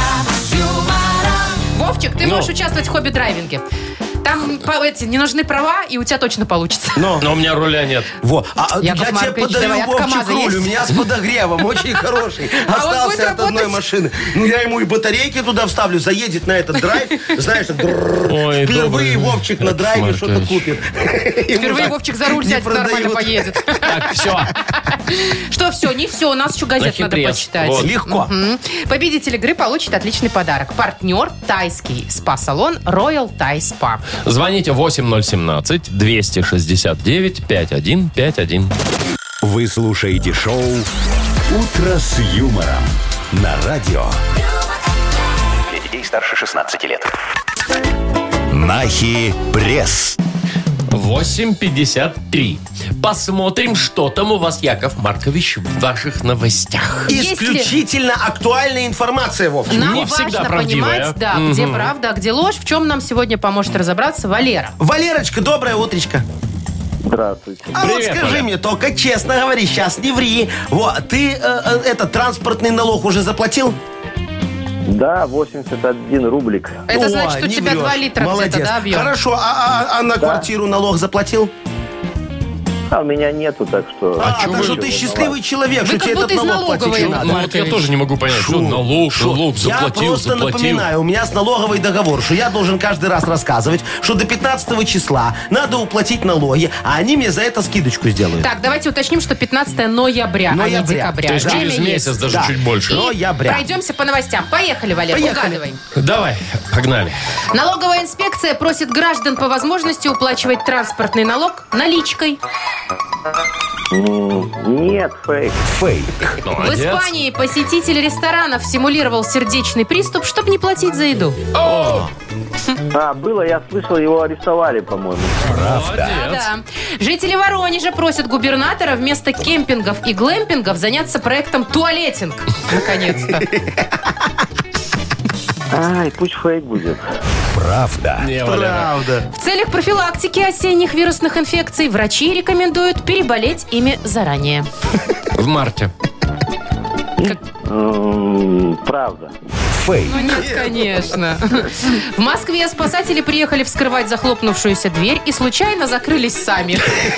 Вовчик, ты Ну. можешь участвовать в хобби-драйвинге. Там по- эти, не нужны права, и у тебя точно получится. Но. Но у меня руля нет. Во, а, Яков я тебе Маркович, подаю, давай, от Вовчик, КамАЗа руль. есть? У меня с подогревом, очень хороший. А он будет Остался от одной работать? машины. Ну, я ему и батарейки туда вставлю, заедет на этот драйв. Знаешь, так, дрррр. Ой, впервые добрый Вовчик на Яков драйве что-то Маркович. купит. Ему Впервые так Вовчик за руль не сядет, нормально продают. поедет. Так, все. Что все, не все, у нас еще газет надо Нахитрец. почитать. Вот. Легко. Мгм. Победитель игры получит отличный подарок. Партнер тайский спа-салон Royal Thai Spa. Звоните восемь ноль семнадцать двести шестьдесят девять пятьдесят один пятьдесят один. Вы слушаете шоу «Утро с юмором» на радио. Для детей старше шестнадцати лет. Нахи пресс. восемь пятьдесят три. Посмотрим, что там у вас, Яков Маркович, в ваших новостях. Есть ли- Исключительно актуальная информация, Вовчик. Нам Не важно всегда правдивая. понимать, да, где правда, а где ложь. В чем нам сегодня поможет разобраться Валера. Валерочка, доброе утречко. Здравствуйте. А вот Привет, скажи Валя. мне, только честно говори, сейчас не ври. Вот, ты э, э, этот транспортный налог уже заплатил? Да, восемьдесят один рублик. Это О, значит, у не тебя врешь. два литра Молодец. где-то, да, объем? Хорошо, а, а- а на квартиру налог заплатил? А у меня нету, так что... А, чё так вы- что ты счастливый человек, Вы что как тебе будто этот из налог платить налоговой, не Яков надо. Ну вот я Маркович. тоже не могу понять, что налог, Шо? налог, заплатил, Я просто заплатил. напоминаю, у меня с налоговой договор, что я должен каждый раз рассказывать, что до пятнадцатого числа надо уплатить налоги, а они мне за это скидочку сделают. Так, давайте уточним, что пятнадцатое ноября, а не Ноября. декабря. То есть Время через месяц, есть. даже Да. чуть больше. И Ноября. пройдемся по новостям. Поехали, Валер, Поехали. угадывай. Давай, погнали. Налоговая инспекция просит граждан по возможности уплачивать транспортный налог наличкой. М, Нет, фейк. Фейк. В Молодец. Испании посетитель ресторанов симулировал сердечный приступ, чтобы не платить за еду. О, А, было, я слышал, его арестовали, по-моему. молодец. Да. Жители Воронежа просят губернатора вместо кемпингов и глэмпингов заняться проектом туалетинг. Наконец-то. Ай, пусть фейк будет. Правда. Не, Валера. Правда. В целях профилактики осенних вирусных инфекций врачи рекомендуют переболеть ими заранее. В марте. М, Правда. Фейк. Ну нет, конечно. В Москве спасатели приехали вскрывать захлопнувшуюся дверь и случайно закрылись сами.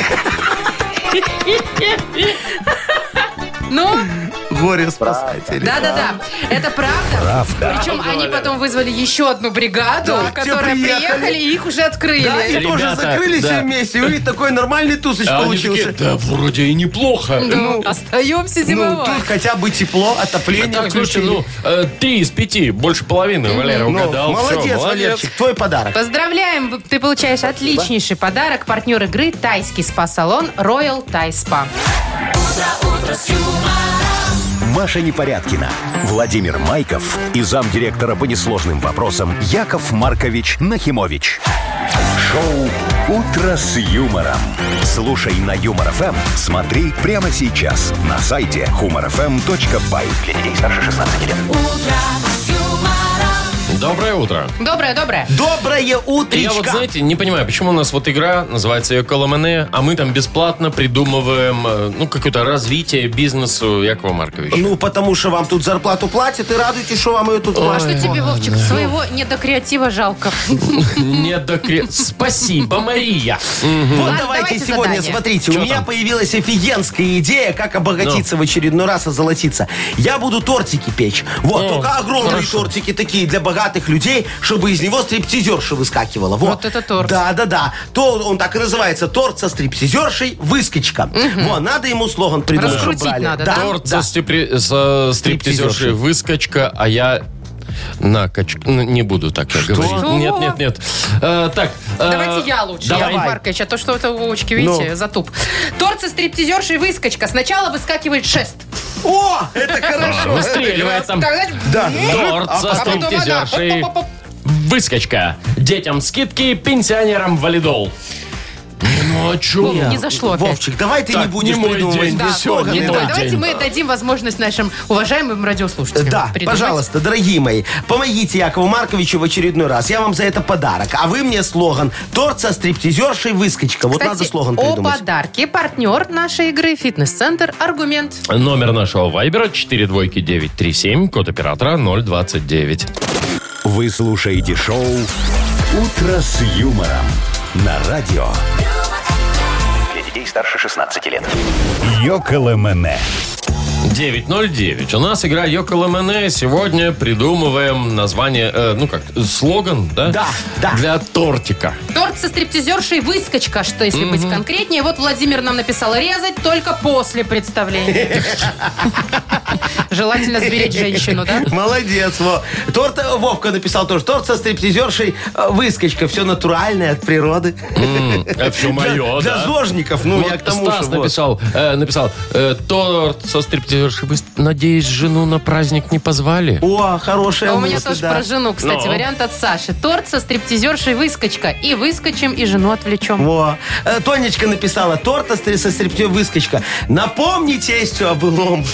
Ну, Горе спасатели. да-да-да, это правда. Правда. Причем они потом вызвали еще одну бригаду, Да, те которая приехали. приехали, и их уже открыли. Да, они тоже Ребята, закрылись да. все вместе. И такой нормальный тусыч А они получился. такие, да, вроде и неплохо. Ну, остаемся Ну, зимовать. тут хотя бы тепло, отопление Так, слушайте, включили. ну, э, три из пяти, больше половины, Валера Ну, угадал. молодец, Всё, молодец. Валерчик, твой подарок. Поздравляем, ты получаешь отличнейший подарок. Партнер игры тайский спа-салон Royal Thai Spa. Маша Непорядкина, Владимир Майков и замдиректора по несложным вопросам Яков Маркович Нахимович. Шоу «Утро с юмором». Слушай на Юмор эф эм, смотри прямо сейчас на сайте humor эф эм точка бай. Для детей старше шестнадцати лет. Доброе утро. Доброе-доброе. Доброе Я утречко. вот, знаете, не понимаю, почему у нас вот игра, называется ее Коломане, а мы там бесплатно придумываем, э, ну, какое-то развитие бизнесу Якова Марковича. Ну, потому что вам тут зарплату платят, и радуйтесь, что вам ее тут А платят. что тебе, Вовчик, своего недокреатива жалко? Не до кре- Спасибо, Мария. Вот Ладно, давайте, давайте сегодня, задание. смотрите, Чё у меня там? появилась офигенская идея, как обогатиться в очередной раз, озолотиться. Я буду тортики печь. Вот, О, только огромные хорошо. тортики такие для богатых людей, чтобы из него стриптизерша выскакивала. Вот, Вот это торт. Да, да, да. То он так и называется, торт со стриптизершей, выскочка. Вот, надо ему слоган придумать, чтобы Раскрутить брали. надо, да? да? Торт да. со, степри- со стриптизершей выскочка, а я накачка. Ну, не буду так я говорить. Что? Нет, нет, нет. Э, так. э, Давайте я лучше, давай. Яков Маркович, а то что-то у Вовочки, видите, Ну. затуп. Торт со стриптизершей выскочка. Сначала выскакивает шест. О, это хорошо. Выстреливает там. Так, знаешь, Да. Торт а со потом она стриптизершей. оп-оп-оп. Выскочка. Детям скидки, пенсионерам валидол. Ну, а чё? Вов, не зашло опять. Вовчик, давай ты Так, не будешь не мой придумывать день, Да, всё, слоганы. не Не мой то. Давайте день, мы да. дадим возможность нашим уважаемым радиослушателям Да, придумать. пожалуйста, дорогие мои, помогите Якову Марковичу в очередной раз. Я вам за это подарок. А вы мне слоган «Торт со стриптизершей выскочка». Вот Кстати, надо слоган о придумать. подарке. Партнер нашей игры «Фитнес-центр Аргумент». Номер нашего вайбера четыре двойки девять три семь, код оператора ноль двадцать девять. Вы слушаете шоу «Утро с юмором» на радио. Для детей старше шестнадцати лет. Йоколэмэне. девять ноль девять. У нас игра Йоколэмэне. Сегодня придумываем название, э, ну как, слоган, да? Да, да. Для тортика. Торт со стриптизершей выскочка, что если быть конкретнее. Вот Владимир нам написал: резать только после представления. Желательно сберечь женщину, да? Молодец, Во. Торт, э, Вовка написал тоже. Торт со стриптизершей э, выскочка. Все натуральное от природы. Это все мое, Для да? зожников, ну, Вот я к тому, Стас что... вот. написал, э, написал э, торт со стриптизершей. Вы, надеюсь, жену на праздник не позвали? О, хорошая А у меня мысль, тоже да. про жену, кстати, Ну. вариант от Саши. Торт со стриптизершей выскочка. И выскочим, и жену отвлечем. Во. Э, Тонечка написала: торт со стри- со стриптизершей выскочка. Напомни тестю о былом.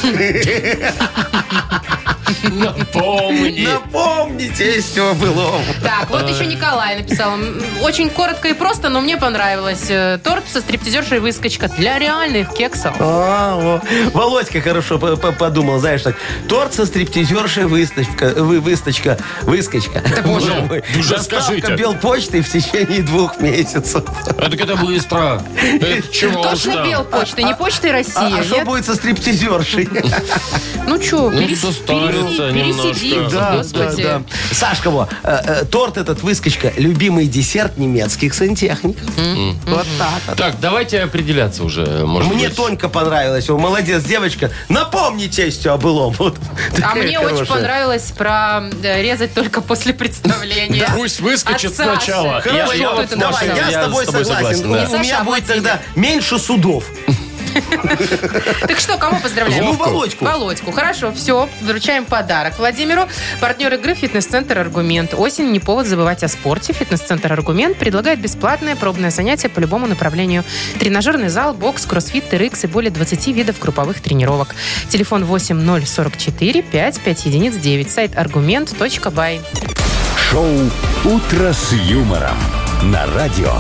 Напомни. Напомни тестю о былом. Так, вот еще Николай написал. М, Очень коротко и просто, но мне понравилось. Э, Торт со стриптизершей выскочка для реальных кексов. А, во. Володька хорошо по- по- подумал, знаешь, так. Торт со стриптизершей выставка, вы, высточка, выскочка. боже Боже мой. мой. Уже Доставка скажите. Белпочты в течение двух месяцев. А так это быстро. Это чего уж Точно там. Белпочты, не Почты России, А что нет? будет со стриптизершей? Ну что, Ну, состарится немножко. пересидим, Да, господи. да, да. Сашка, во, э, э, торт этот выскочка, любимый десерт немецких сантехников. Вот так вот. Так, давайте определяться уже, может Мне быть. Тонька понравилась. О, молодец, девочка. Напомни тестю о былом. Вот А такая мне очень хорошая. понравилось про э, резать только после представления. Пусть выскочит От Саши. сначала. Хорошо, Я- я вот это с Машей, написал? давай, я с тобой согласен. да. Не У Саша, меня а будет Владимир. тогда меньше судов. Так что, кому поздравляем? Ну, Володьку. Володьку. Хорошо, все. Вручаем подарок Владимиру. Партнер игры «Фитнес-центр Аргумент». Осень не повод забывать о спорте. «Фитнес-центр Аргумент» предлагает бесплатное пробное занятие по любому направлению. Тренажерный зал, бокс, кроссфит, тэ эр икс и более двадцати видов групповых тренировок. Телефон восемь ноль сорок четыре пять пять единиц девять. Сайт аргумент точка бай. Шоу «Утро с юмором» на радио.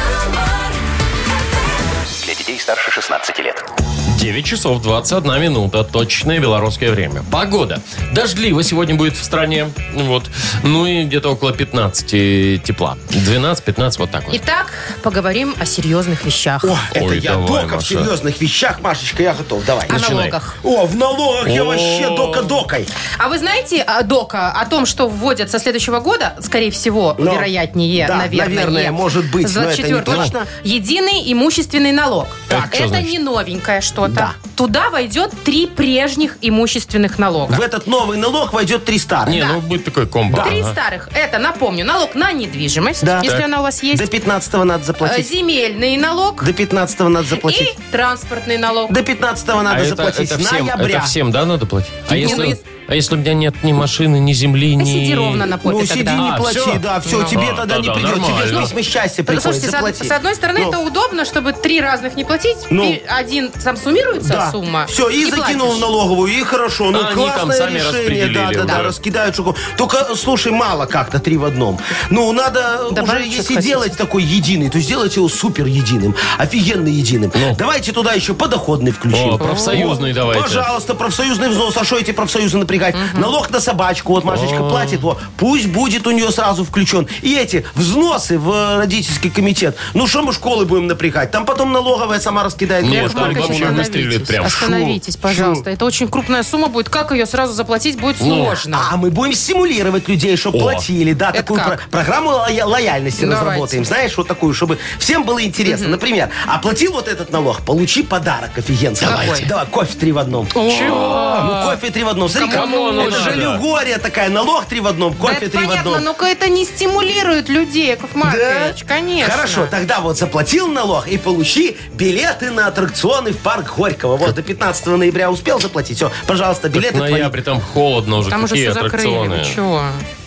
Для детей старше шестнадцати лет. девять часов двадцать одна минута. Точное белорусское время. Погода. Дождливо сегодня будет в стране. Вот. Ну и где-то около пятнадцати тепла. двенадцать-пятнадцать, вот так вот. Итак, поговорим о серьезных вещах. О, это Ой, я давай, дока в Маша. серьезных вещах. Машечка, я готов. Давай. О начинай. налогах. О, в налогах я О. вообще дока-докой. А вы знаете, а, Дока, о том, что вводят со следующего года, скорее всего, Но. вероятнее, Да, наверное, наверное, может быть, с но это двадцать не четвёртого, точно. единый имущественный налог. Так, что это значит? не новенькое что-то. Да. Туда войдет три прежних имущественных налога. В этот новый налог войдет три старых. Не, Да. ну будет такой комбо. Три Ага. старых. Это, напомню, налог на недвижимость, Да. если Так. она у вас есть. До пятнадцатого надо э, заплатить. Земельный налог. До пятнадцатого надо заплатить. И транспортный налог. До пятнадцатого надо А это, заплатить. это всем, Ноября. это всем, да, надо платить? А Не, ну, если, если- а если у меня нет ни машины, ни земли, ни... Сиди ровно на попе Ну, сиди, тогда. не А, плати, всё? да, все, Ну. тебе А, тогда не тогда придет. Тебе же нормально. письма счастья Ну, приходит слушайте, с, од- заплати. с одной стороны, Ну. это удобно, чтобы три разных не платить. Ну. Ты один сам суммируется Да. сумма. Все, и, закинул платишь. в налоговую, и хорошо. Ну, А они там классное сами решение. распределили Да, да, уже. да, раскидают. шоку. Только, слушай, мало как-то три в одном. Ну, надо Добавить уже, что если хотите. делать такой единый, то сделать его супер единым, офигенно единым. Давайте туда еще подоходный включим. О, профсоюзный Вот. давайте. Пожалуйста, профсоюзный взнос. А что эти профсоюзы напрягать? Налог на собачку, вот Машечка платит, вот, пусть будет у нее сразу включен. И эти взносы в родительский комитет. Ну, что мы школы будем напрягать? Там потом налоговая сама раскидает. Нет, Яков там Маркович, бабушка остановитесь, выстрелит прям. Остановитесь, Шу, пожалуйста. Это очень крупная сумма будет. Как ее сразу заплатить будет Ну. сложно. А мы будем стимулировать людей, чтобы О. платили. Да, Это такую как? про- программу лоя- лояльности Давайте. разработаем. Знаешь, вот такую, чтобы всем было интересно. Например, оплатил вот этот налог, получи подарок офигенский. Давайте. Давай, кофе три в одном. Чего? Ну, кофе три в одном. Смотри, Кому оно это же надо? Люгория такая, налог три в одном, Да кофе это три в понятно, одном. но это не стимулирует людей, Яков Маркович, конечно. Хорошо, тогда вот заплатил налог и получи билеты на аттракционы в парк Горького. Вот, до пятнадцатого ноября успел заплатить. Все, пожалуйста, Так билеты в твои. ноябре там холодно уже. Там уже Какие все закрыли. аттракционы? Вы чего?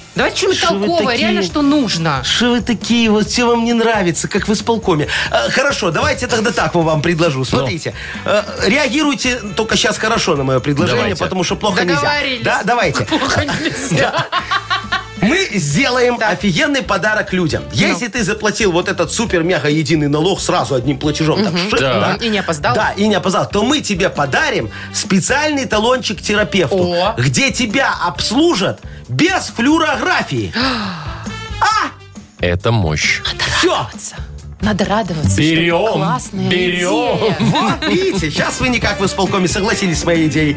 Давайте что-нибудь Что вы толковое, такие? реально, что нужно. Что вы такие, вот все вам не нравится, как в исполкоме. А, хорошо, давайте тогда так вам предложу. Смотрите, э, реагируйте только сейчас хорошо на мое предложение, Давайте. потому что плохо нельзя. Договорились. Да, давайте. Плохо нельзя. Мы сделаем офигенный подарок людям. Если ты заплатил вот этот супер-мега-единый налог сразу одним платежом, так, шик, Да. да, И не опоздал. Да, и не опоздал, то мы тебе подарим специальный талончик к терапевту, О. где тебя обслужат без флюорографии. Это мощь. Все. Надо радоваться. Берем, что классная берем. идея. Вот, видите, сейчас вы никак в исполкоме согласились с моей идеей.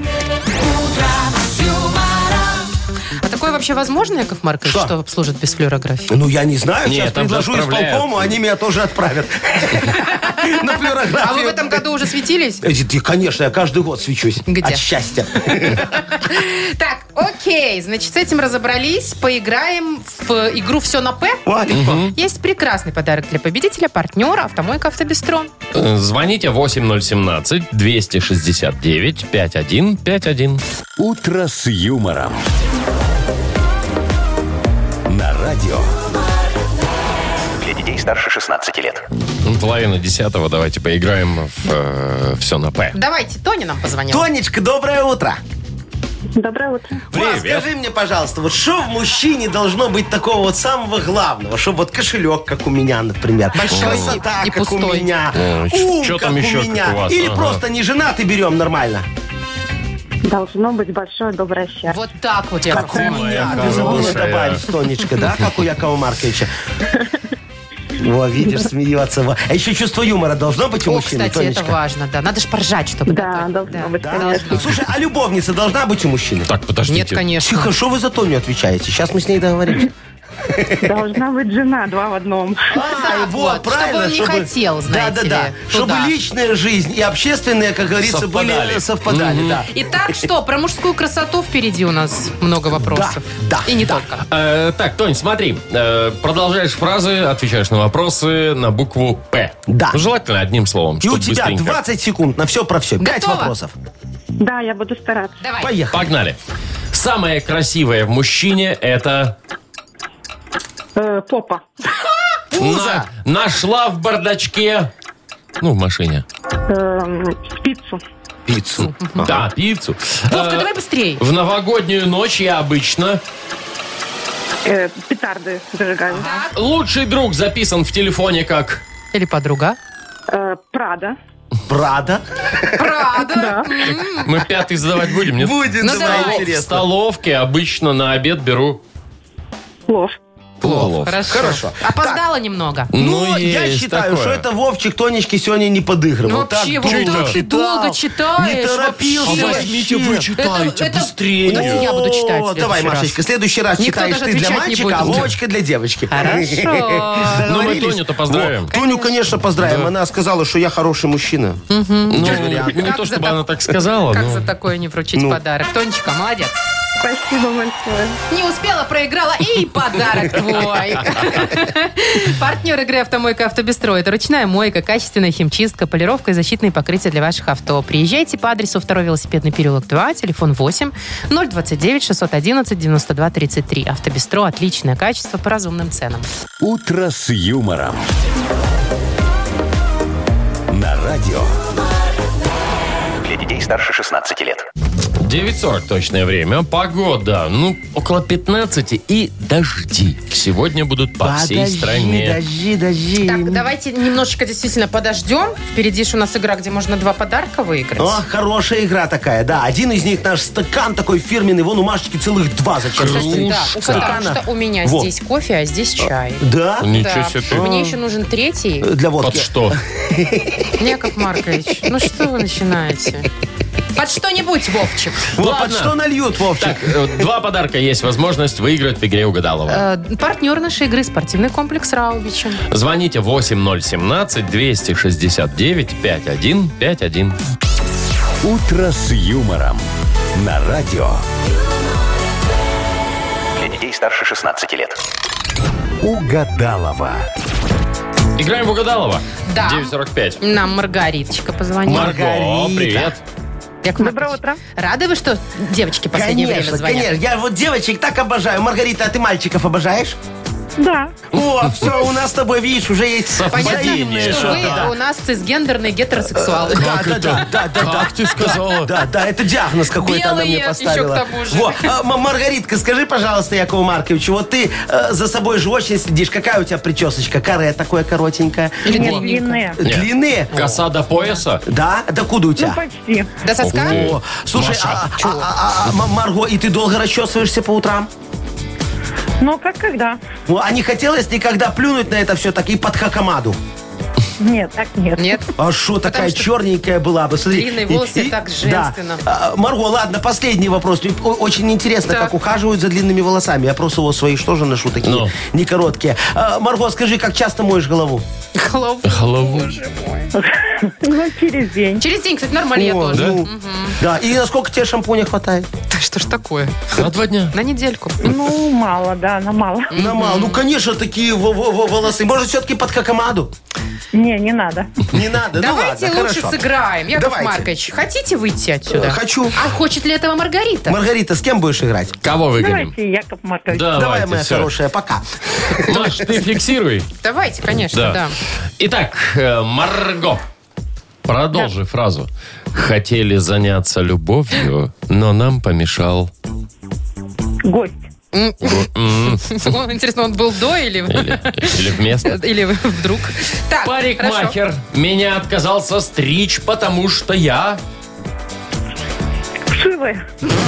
А такое вообще возможно, Яков Маркович, Что? что обслужат без флюорографии? Ну, я не знаю, Нет, сейчас там же предложу отправляют. исполкому, они меня тоже отправят. На флюорографию. А вы в этом году уже светились? Э, ты, Конечно, я каждый год свечусь. Где? От счастья. Так, окей, значит, с этим разобрались. Поиграем в игру «Все на П». О, легко. Есть прекрасный подарок для победителя, партнера «Автомойка Автобестро». Э, Звоните восемь ноль семнадцать двести шестьдесят девять пятьдесят один пятьдесят один. «Утро с юмором». На радио. Для детей старше шестнадцати лет. Половина десятого. Давайте поиграем в все на П. Давайте, Тоня нам позвонила. Тонечка, доброе утро. Доброе утро. Ва, скажи мне, пожалуйста, вот что в мужчине должно быть такого вот самого главного? Чтобы вот кошелек, как у меня, например. Большой красота, и- и как у пустой. меня. Ой, Ум, чё как там у еще, как меня. у вас? Или Ага. просто не женатый берем нормально. Должно быть большое доброе счастье. Вот так вот, Яков Как у Маркович. меня. моя Ты забыла хорошая. добавить, Тонечка, да? Как у Якова Марковича. Во, видишь, смеется. Во. А еще чувство юмора должно быть у О, мужчины, кстати, это Тонечка? важно, да. Надо ж поржать, чтобы Да, такое. должно быть, Да? конечно. Слушай, а любовница должна быть у мужчины? Так, подождите. Нет, конечно. Тихо, что вы за Тоню отвечаете? Сейчас мы с ней договоримся. Должна быть жена, два в одном. А, вот, чтобы он не хотел, знаете Да, да, да. ли, Чтобы туда. личная жизнь и общественная, как говорится, Совпадали. были совпадали, да. Итак, что, про мужскую красоту впереди у нас много вопросов. Да, да, И не да. только. Э, так, Тонь, смотри. э, продолжаешь фразы, отвечаешь на вопросы на букву П. Да. Ну, желательно одним словом, И у чтобы тебя быстренько. двадцать секунд на все про все. Пять Готово? вопросов. Да, я буду стараться. Давай. Поехали. Погнали. Самое красивое в мужчине это... Э, попа. На- нашла в бардачке... Ну, в машине. Эм, спицу. Пиццу. Да, пиццу. Вовка, Э, давай быстрее. В новогоднюю ночь я обычно... Э, петарды зажигаю. Лучший друг записан в телефоне как... Или подруга. Э, Прада. Прада. Правда? Мы пятый задавать будем, нет? Будет, Ну, давай, давай. В интересно. столовке обычно на обед беру... Плов. Плов. Хорошо. Хорошо. Опоздала немного. Ну, я есть считаю, такое. что это Вовчик Тонечке сегодня не подыгрывал. Ну, вообще, Так Вов, ты долго очень читал, долго читаешь, Не торопился вообще. А возьмите вообще. вы, читайте Это- это- быстрее. Давайте я буду читать в О, следующий Давай, раз. Машечка, в следующий раз Никто читаешь даже ты для отвечать не мальчика, а будет. Вовочка для девочки. Хорошо. Ну, мы Договорились? Тоню-то поздравим. Во, Тоню, конечно, поздравим. Да. Она сказала, что я хороший мужчина. Ну, вариант. не Как то, за чтобы так- она так сказала, Как но... за такое не вручить Ну. подарок? Тонечка, молодец. Спасибо большое. Не успела, проиграла. И подарок твой. Партнер игры «Автомойка Автобестро» — это ручная мойка, качественная химчистка, полировка и защитные покрытия для ваших авто. Приезжайте по адресу второй велосипедный переулок два, телефон восемь ноль двадцать девять шестьсот одиннадцать девяносто два тридцать три. «Автобестро» — отличное качество по разумным ценам. «Утро с юмором». На радио. Для детей старше шестнадцати лет. девять сорок точное время. Погода, ну, около пятнадцати и дожди. Сегодня будут по всей стране. Подожди, подожди. Так, давайте немножечко действительно подождем. Впереди же у нас игра, где можно два подарка выиграть. О, хорошая игра такая, да. Один из них наш стакан такой фирменный. Вон у Машечки целых два зачем Кстати, да, Кружка. потому что у меня Во. здесь кофе, а здесь чай. Да? Ничего Да. себе. Мне еще нужен третий. Для Под водки. что? Яков Маркович, ну что вы начинаете? Под что-нибудь, Вовчик. Вот Ладно. под что нальют, Вовчик? Так, э, два подарка есть возможность выиграть в игре Угадалова. Э, партнер нашей игры — спортивный комплекс «Раубичи». Звоните восемь ноль семнадцать двести шестьдесят девять пятьдесят один пятьдесят один. «Утро с юмором». На радио. Для детей старше шестнадцати лет. Угадалова. Играем в Угадалова. Да. девять сорок пять. Нам Маргариточка позвонила. Марго, Маргарита. привет. Яков Доброе Маркович, утро. рады вы, что девочки в последнее время Конечно, звонят? конечно. Я вот девочек так обожаю. Маргарита, а ты мальчиков обожаешь? Да. О, все, у нас с тобой, видишь, уже есть Понятно, взаимное что что-то, вы да. у нас цисгендерные гетеросексуалы. Да, да, да, да, да, да. Как ты сказала? Да, да, это диагноз какой-то она мне Белые поставила. еще к тому же. Во, а, М- Маргаритка, скажи, пожалуйста, Якову Марковичу, вот ты э, за собой же очень следишь. Какая у тебя причесочка? Каре такое коротенькое? Или Нет, длинненькая? длинные. Нет. Длинные? Коса до пояса? Да? Да куда у Ну, тебя? почти. До соска? Ух ты. О, слушай, Маша, а, а- а- а- М- Марго, и ты долго расчесываешься по утрам? Но как когда? Ну, а не хотелось никогда плюнуть на это все так и под хакамаду? Нет, так нет. Нет? А что, такая что черненькая была бы, смотри. длинные И- волосы и- так да. женственно. А, Марго, ладно, последний вопрос. Мне о- очень интересно, Так. как ухаживают за длинными волосами. Я просто вот свои что же ношу такие, Ну. не короткие. А, Марго, скажи, как часто моешь голову? Голову. Голову. Ну, через день. Через день, кстати, нормально я О, тоже. ну, да, и насколько тебе шампуня хватает? Да что ж такое? На два дня. На недельку. Ну, мало, да, на мало. На мало. Ну, конечно, такие во- во- во- волосы. Может, все-таки под хакамаду? Не, не надо. Не надо? Давайте ну ладно, лучше хорошо. сыграем. Яков Давайте. Маркович, хотите выйти отсюда? Э, хочу. А хочет ли этого Маргарита? Маргарита, с кем будешь играть? Кого выгоним? Давайте, Яков Маркович. Давайте, Давай, моя всё. хорошая, пока. Маш, ты фиксируй. Давайте, конечно, да. Итак, э, Марго, продолжи фразу. Хотели заняться любовью, но нам помешал. Гость. М, Он, интересно, он был до или... Или, или вместо. Или вдруг? Так, хорошо. Парикмахер меня отказался стричь, потому что я... Вшивые.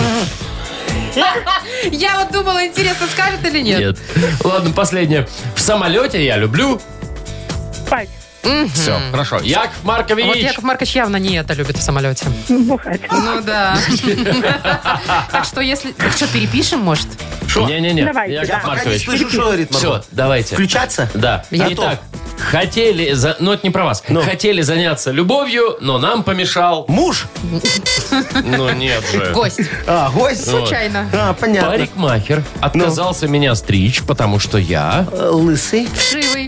Я вот думала, интересно, скажет или нет? Нет. Ладно, последнее. В самолете я люблю... Спать. Все, хорошо. Яков Маркович. Вот Яков Маркович явно не это любит в самолете. Бухать. Ну да. Так что если... Так что, перепишем, может? Не-не-не, Давайте, Яков да. Пока не Маркович. слышу, что говорит Марго. Все, давайте. Включаться? Да. Я Итак, хотели... за- Ну, это не про вас. Ну. Хотели заняться любовью, но нам помешал... Муж? Ну, нет же. Гость. А, гость? Случайно. А, понятно. Парикмахер отказался меня стричь, потому что я... Э, Лысый? Вшивый.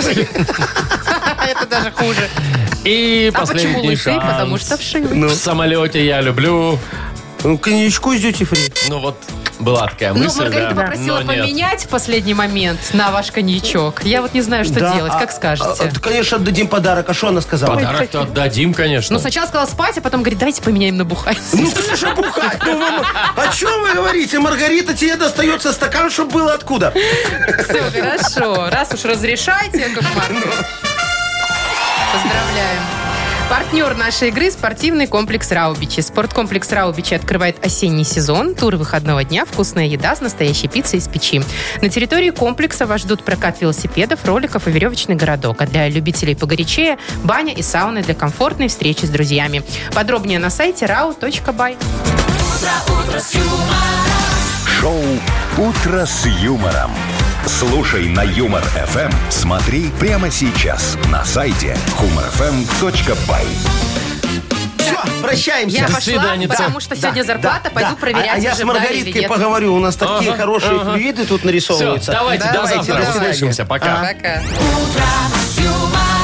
Это даже хуже. И А почему последний лысый? шанс. Потому что вшивый. В самолете я люблю... Ну, коньячку из duty free. Ну, вот была такая Ну, мысль, Маргарита да. попросила Но нет. поменять в последний момент на ваш коньячок. Я вот не знаю, что Да, делать. а- Как скажете? а, а, конечно, отдадим подарок. А что она сказала? Подарок-то отдадим, конечно. Ну, сначала сказала спать, а потом говорит, дайте поменяем на бухать. Ну, конечно, бухать. Ну, вы- о чем вы говорите? Маргарита, тебе достается стакан, чтобы было откуда. Все, хорошо. Раз уж разрешаете, Яков Маркович. Поздравляем. Партнер нашей игры – спортивный комплекс «Раубичи». Спорткомплекс «Раубичи» открывает осенний сезон. Туры выходного дня, вкусная еда с настоящей пиццей из печи. На территории комплекса вас ждут прокат велосипедов, роликов и веревочный городок. А для любителей погорячее – баня и сауны для комфортной встречи с друзьями. Подробнее на сайте рау точка бай. Шоу «Утро с юмором». Слушай на Юмор эф эм. Смотри прямо сейчас на сайте humor f m точка by. Все, прощаемся. Я До пошла, свиданица. потому что сегодня зарплата, пойду Да. проверять, А, а я уже с дали или Маргариткой нет. поговорю. У нас такие Ага, хорошие ага. виды тут Все, нарисовываются. давайте, до Давайте, завтра. давайте. Услышимся. Пока. Пока. Утро с юмором.